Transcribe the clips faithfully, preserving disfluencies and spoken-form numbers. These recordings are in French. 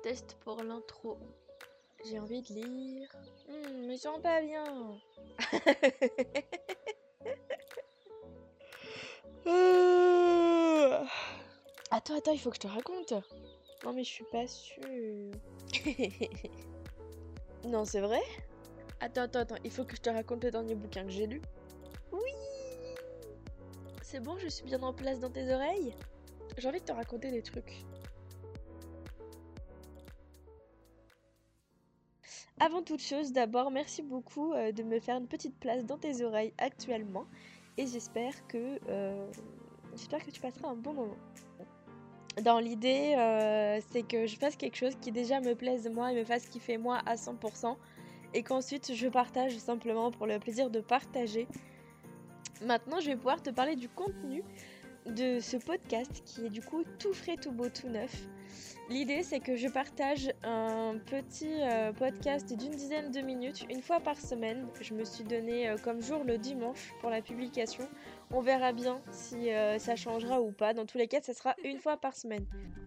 test pour l'intro. J'ai envie de lire. Hmm, je me sens pas bien. Euh. Attends, attends, il faut que je te raconte. Non mais je suis pas sûre. Non, c'est vrai? Attends, attends, attends, il faut que je te raconte le dernier bouquin que j'ai lu. Oui! C'est bon, je suis bien en place dans tes oreilles? J'ai envie de te raconter des trucs. Avant toute chose, d'abord, merci beaucoup euh, de me faire une petite place dans tes oreilles actuellement. Et j'espère que, euh, j'espère que tu passeras un bon moment. Dans l'idée, euh, c'est que je fasse quelque chose qui déjà me plaise moi et me fasse kiffer moi à cent pour cent. Et qu'ensuite je partage simplement pour le plaisir de partager. Maintenant, je vais pouvoir te parler du contenu de ce podcast qui est du coup tout frais, tout beau, tout neuf. L'idée, c'est que je partage un petit euh, podcast d'une dizaine de minutes une fois par semaine. Je me suis donné euh, comme jour le dimanche pour la publication. On verra bien si euh, ça changera ou pas. Dans tous les cas, ça sera une fois par semaine.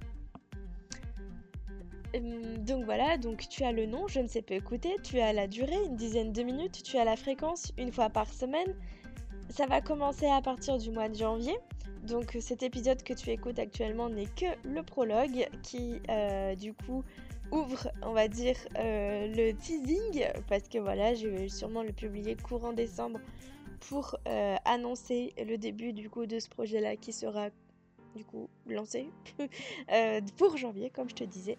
Hum, donc voilà, donc tu as le nom, je ne sais pas écouter, tu as la durée, une dizaine de minutes, tu as la fréquence, une fois par semaine. Ça va commencer à partir du mois de janvier. Donc cet épisode que tu écoutes actuellement n'est que le prologue qui euh, du coup ouvre, on va dire, euh, le teasing, parce que voilà, je vais sûrement le publier courant décembre pour euh, annoncer le début du coup de ce projet-là qui sera du coup lancé euh, pour janvier, comme je te disais.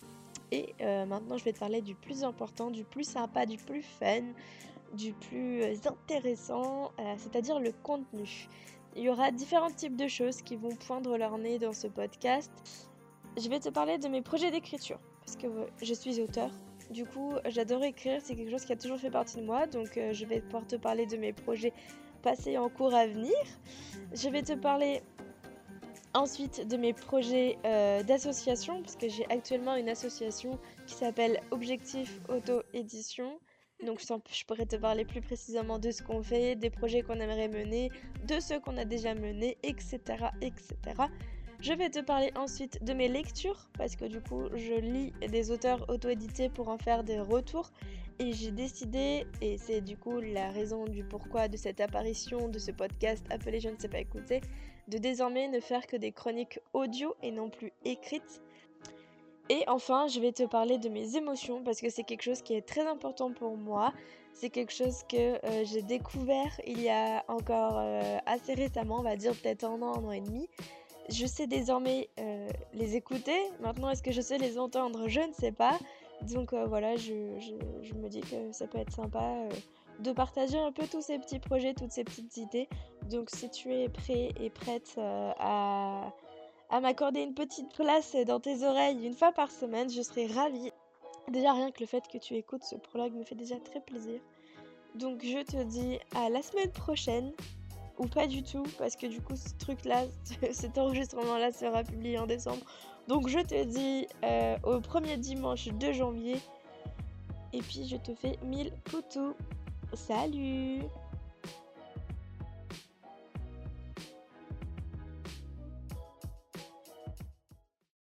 Et euh, maintenant, je vais te parler du plus important, du plus sympa, du plus fun, du plus intéressant, euh, c'est-à-dire le contenu. Il y aura différents types de choses qui vont poindre leur nez dans ce podcast. Je vais te parler de mes projets d'écriture, parce que je suis auteure. Du coup, j'adore écrire, c'est quelque chose qui a toujours fait partie de moi, donc euh, je vais pouvoir te parler de mes projets passés en cours à venir. Je vais te parler ensuite de mes projets euh, d'association, parce que j'ai actuellement une association qui s'appelle Objectif Auto-Édition. Donc je pourrais te parler plus précisément de ce qu'on fait, des projets qu'on aimerait mener, de ceux qu'on a déjà menés, et cetera et cetera. Je vais te parler ensuite de mes lectures, parce que du coup je lis des auteurs auto-édités pour en faire des retours. Et j'ai décidé, et c'est du coup la raison du pourquoi de cette apparition de ce podcast appelé Je ne sais pas écouter, de désormais ne faire que des chroniques audio et non plus écrites. Et enfin, je vais te parler de mes émotions parce que c'est quelque chose qui est très important pour moi. C'est quelque chose que euh, j'ai découvert il y a encore euh, assez récemment, on va dire peut-être un an, un an et demi. Je sais désormais euh, les écouter. Maintenant, est-ce que je sais les entendre? Je ne sais pas. Donc euh, voilà, je, je, je me dis que ça peut être sympa euh, de partager un peu tous ces petits projets, toutes ces petites idées. Donc si tu es prêt et prête euh, à... à m'accorder une petite place dans tes oreilles une fois par semaine, je serais ravie. Déjà rien que le fait que tu écoutes ce prologue me fait déjà très plaisir. Donc je te dis à la semaine prochaine, ou pas du tout, parce que du coup ce truc-là, cet enregistrement-là sera publié en décembre. Donc je te dis euh, au premier dimanche de janvier, et puis je te fais mille poutous. Salut!